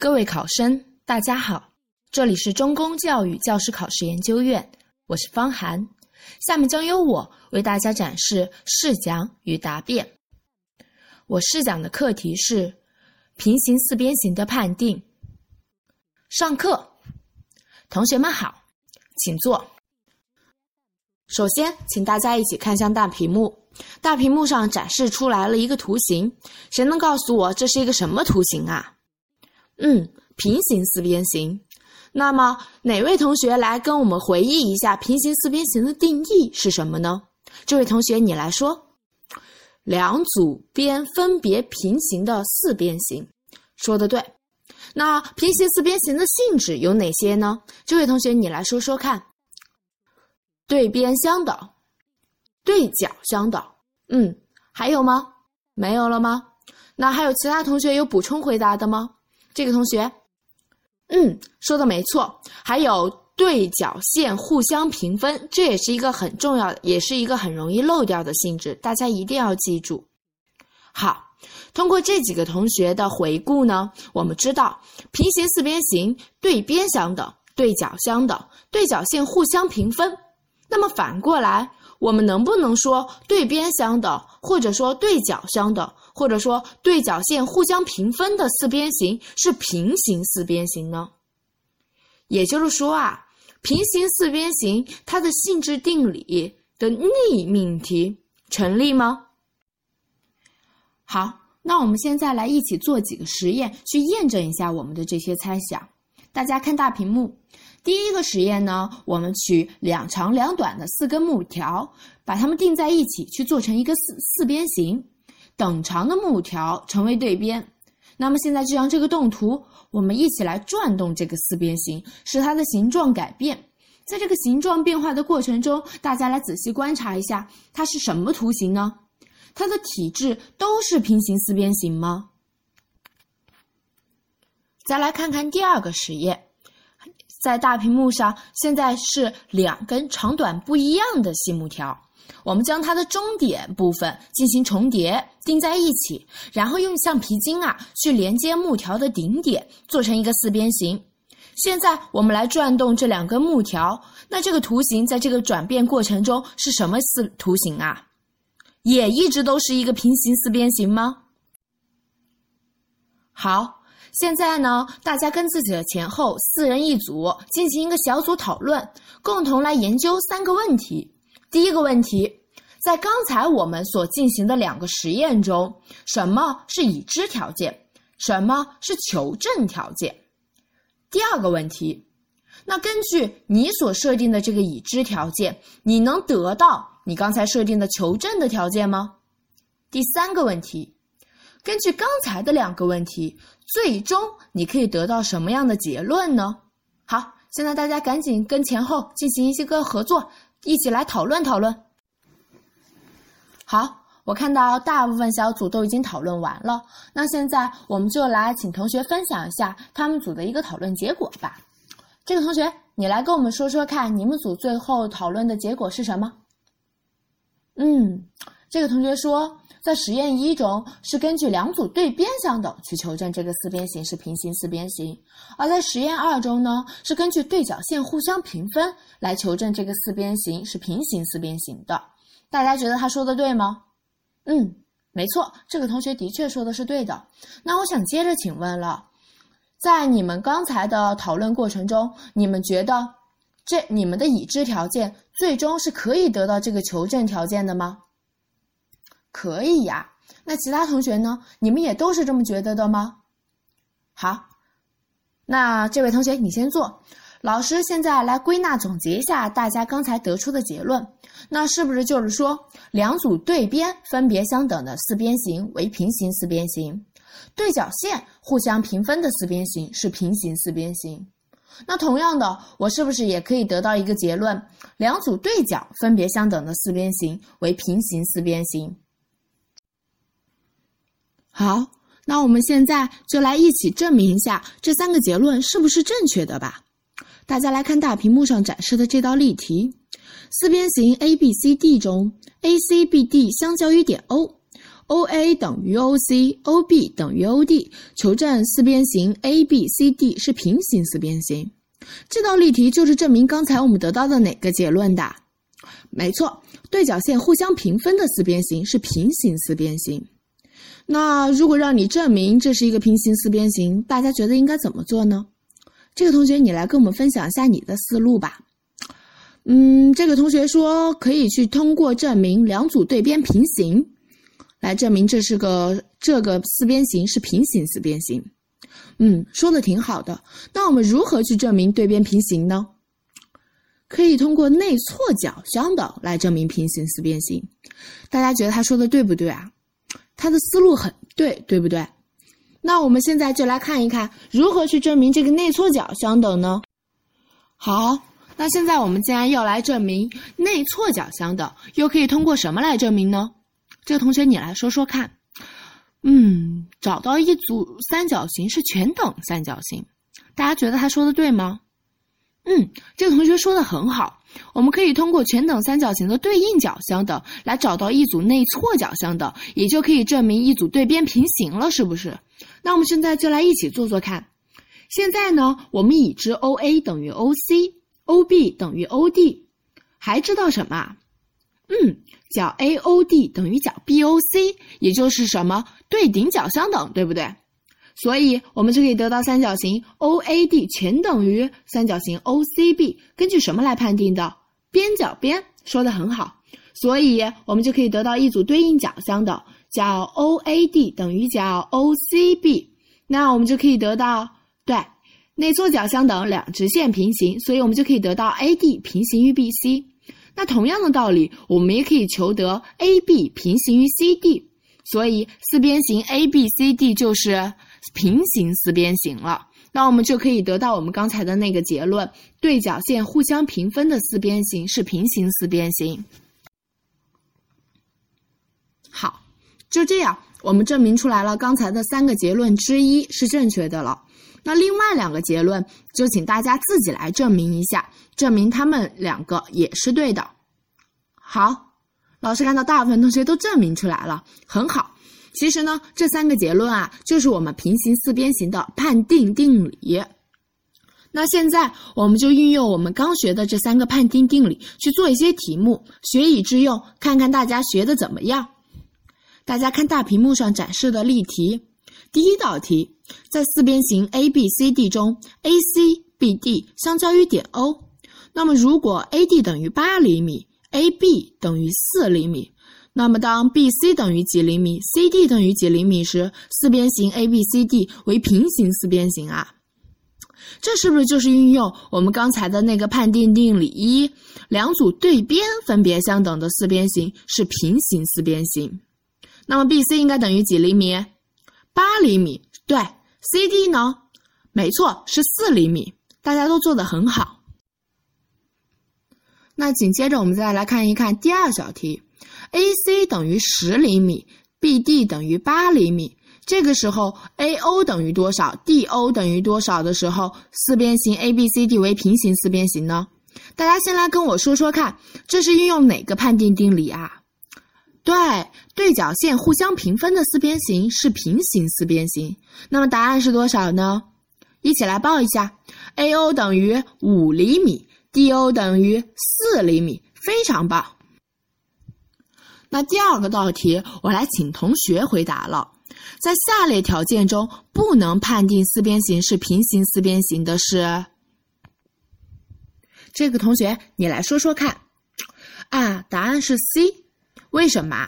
各位考生，大家好，这里是中公教育教师考试研究院，我是方涵。下面将由我为大家展示试讲与答辩。我试讲的课题是平行四边形的判定。上课，同学们好，请坐。首先，请大家一起看向大屏幕。大屏幕上展示出来了一个图形，谁能告诉我这是一个什么图形啊？平行四边形。那么哪位同学来跟我们回忆一下平行四边形的定义是什么呢？这位同学你来说。两组边分别平行的四边形。说得对。那平行四边形的性质有哪些呢？这位同学你来说说看。对边相等，对角相等。还有吗？没有了吗？那还有其他同学有补充回答的吗？这个同学说的没错，还有对角线互相平分，这也是一个很重要的，也是一个很容易漏掉的性质，大家一定要记住。好，通过这几个同学的回顾呢，我们知道平行四边形对边相等，对角相等，对角线互相平分。那么反过来，我们能不能说对边相等，或者说对角相等，或者说对角线互相平分的四边形是平行四边形呢？也就是说平行四边形它的性质定理的逆命题成立吗？好，那我们现在来一起做几个实验，去验证一下我们的这些猜想。大家看大屏幕。第一个实验呢，我们取两长两短的四根木条，把它们钉在一起，去做成一个四边形，等长的木条成为对边。那么现在就像这个动图，我们一起来转动这个四边形，使它的形状改变。在这个形状变化的过程中，大家来仔细观察一下，它是什么图形呢？它的体质都是平行四边形吗？再来看看第二个实验。在大屏幕上，现在是两根长短不一样的细木条，我们将它的中点部分进行重叠，钉在一起，然后用橡皮筋去连接木条的顶点，做成一个四边形。现在我们来转动这两根木条，那这个图形在这个转变过程中是什么图形啊？也一直都是一个平行四边形吗？好。现在呢，大家跟自己的前后4人一组，进行一个小组讨论，共同来研究3个问题。第一个问题，在刚才我们所进行的2个实验中，什么是已知条件，什么是求证条件？第二个问题，那根据你所设定的这个已知条件，你能得到你刚才设定的求证的条件吗？第三个问题，根据刚才的2个问题，最终你可以得到什么样的结论呢？好，现在大家赶紧跟前后进行一些个合作，一起来讨论讨论。好，我看到大部分小组都已经讨论完了，那现在我们就来请同学分享一下他们组的一个讨论结果吧。这个同学，你来跟我们说说看，你们组最后讨论的结果是什么？这个同学说，在实验1中是根据两组对边相等去求证这个四边形是平行四边形，而在实验2中呢，是根据对角线互相平分来求证这个四边形是平行四边形的。大家觉得他说的对吗？没错，这个同学的确说的是对的。那我想接着请问了，在你们刚才的讨论过程中，你们觉得你们的已知条件最终是可以得到这个求证条件的吗？可以呀。那其他同学呢？你们也都是这么觉得的吗？好，那这位同学你先坐。老师现在来归纳总结一下大家刚才得出的结论。那是不是就是说，两组对边分别相等的四边形为平行四边形，对角线互相平分的四边形是平行四边形？那同样的，我是不是也可以得到一个结论，两组对角分别相等的四边形为平行四边形？好，那我们现在就来一起证明一下这3个结论是不是正确的吧。大家来看大屏幕上展示的这道例题。四边形 ABCD 中 ACBD 相交于点 O， OA 等于 OC，OB 等于 OD， 求证四边形 ABCD 是平行四边形。这道例题就是证明刚才我们得到的哪个结论的？没错，对角线互相平分的四边形是平行四边形。那如果让你证明这是一个平行四边形，大家觉得应该怎么做呢？这个同学你来跟我们分享一下你的思路吧。这个同学说可以去通过证明两组对边平行来证明这个四边形是平行四边形。说的挺好的。那我们如何去证明对边平行呢？可以通过内错角相等来证明平行四边形。大家觉得他说的对不对啊？他的思路很对，对不对？那我们现在就来看一看如何去证明这个内错角相等呢？好，那现在我们既然要来证明内错角相等，又可以通过什么来证明呢？这个同学你来说说看。找到一组三角形是全等三角形。大家觉得他说的对吗？这个同学说的很好。我们可以通过全等三角形的对应角相等来找到一组内错角相等，也就可以证明一组对边平行了，是不是？那我们现在就来一起做做看。现在呢，我们已知 OA 等于 OC，OB 等于 OD， 还知道什么？角 AOD 等于角 BOC， 也就是什么？对顶角相等，对不对？所以我们就可以得到三角形 OAD 全等于三角形 OCB， 根据什么来判定的？边角边，说得很好。所以我们就可以得到一组对应角相等，角 OAD 等于角 OCB。那我们就可以得到，对，内错角相等，两直线平行，所以我们就可以得到 AD 平行于 BC。那同样的道理，我们也可以求得 AB 平行于 CD， 所以四边形 ABCD 就是平行四边形了。那我们就可以得到我们刚才的那个结论，对角线互相平分的四边形是平行四边形。好，就这样，我们证明出来了刚才的三个结论之一是正确的了。那另外两个结论就请大家自己来证明一下，证明他们两个也是对的。好，老师看到大部分同学都证明出来了，很好。其实呢，这三个结论啊，就是我们平行四边形的判定定理。那现在我们就运用我们刚学的这三个判定定理去做一些题目，学以致用，看看大家学的怎么样。大家看大屏幕上展示的例题。第一道题，在四边形 ABCD 中 ，AC、BD 相交于点 O。那么如果 AD 等于8厘米 ，AB 等于4厘米，那么当 BC 等于几厘米 ，CD 等于几厘米时，四边形 ABCD 为平行四边形啊。这是不是就是运用我们刚才的那个判定定理一，两组对边分别相等的四边形是平行四边形？那么 BC 应该等于几厘米？8厘米，对。CD 呢？没错，是4厘米。大家都做得很好。那紧接着我们再来看一看第二小题 ，AC 等于10厘米 ，BD 等于8厘米。这个时候 AO 等于多少 ，DO 等于多少的时候，四边形 ABCD 为平行四边形呢？大家先来跟我说说看，这是运用哪个判定定理啊？对，对角线互相平分的四边形是平行四边形。那么答案是多少呢？一起来报一下 ，AO 等于5厘米 ，DO 等于4厘米，非常棒。那第二个道题，我来请同学回答了。在下列条件中，不能判定四边形是平行四边形的是？这个同学，你来说说看。答案是 C。为什么？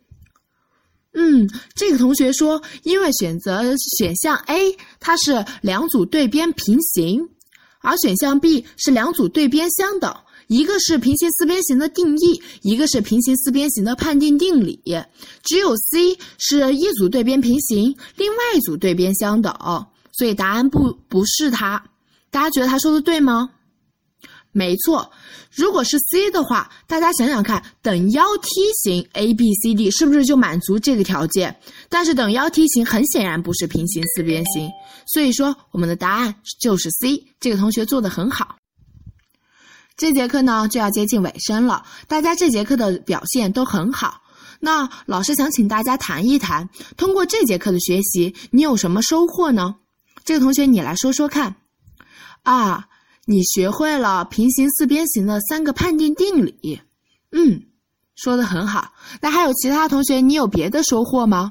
这个同学说，因为选择选项 A， 它是两组对边平行，而选项 B 是两组对边相等，一个是平行四边形的定义，一个是平行四边形的判定定理。只有 C 是一组对边平行，另外一组对边相等，所以答案不是它。大家觉得他说的对吗？没错，如果是 C 的话，大家想想看，等腰梯形 ABCD 是不是就满足这个条件？但是等腰梯形很显然不是平行四边形，所以说我们的答案就是 C。这个同学做得很好。这节课呢就要接近尾声了，大家这节课的表现都很好。 那老师想请大家谈一谈，通过这节课的学习，你有什么收获呢？这个同学你来说说看。你学会了平行四边形的3个判定定理。说得很好。那还有其他同学，你有别的收获吗？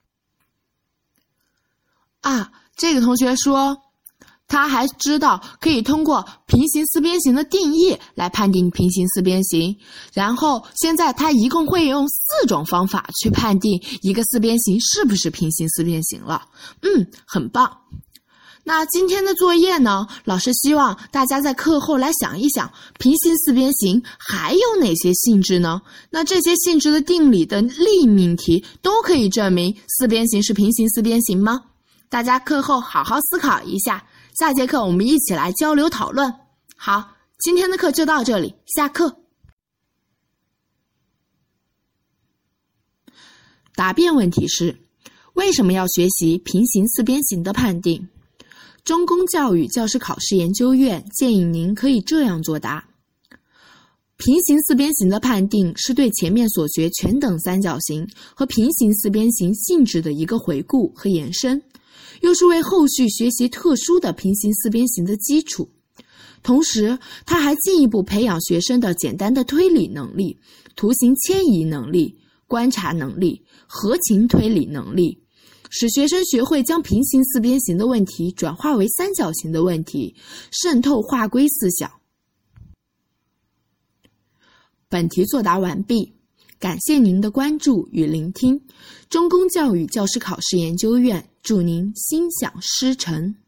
这个同学说，他还知道可以通过平行四边形的定义来判定平行四边形，然后现在他一共会用4种方法去判定一个四边形是不是平行四边形了。很棒。那今天的作业呢，老师希望大家在课后来想一想，平行四边形还有哪些性质呢？那这些性质的定理的例命题都可以证明四边形是平行四边形吗？大家课后好好思考一下，下节课我们一起来交流讨论。好，今天的课就到这里，下课。答辩问题是：为什么要学习平行四边形的判定？中公教育教师考试研究院建议您可以这样作答：平行四边形的判定是对前面所学全等三角形和平行四边形性质的一个回顾和延伸，又是为后续学习特殊的平行四边形的基础。同时，它还进一步培养学生的简单的推理能力、图形迁移能力、观察能力、合情推理能力，使学生学会将平行四边形的问题转化为三角形的问题，渗透划归思想。本题作答完毕，感谢您的关注与聆听。中公教育教师考试研究院祝您心想事成。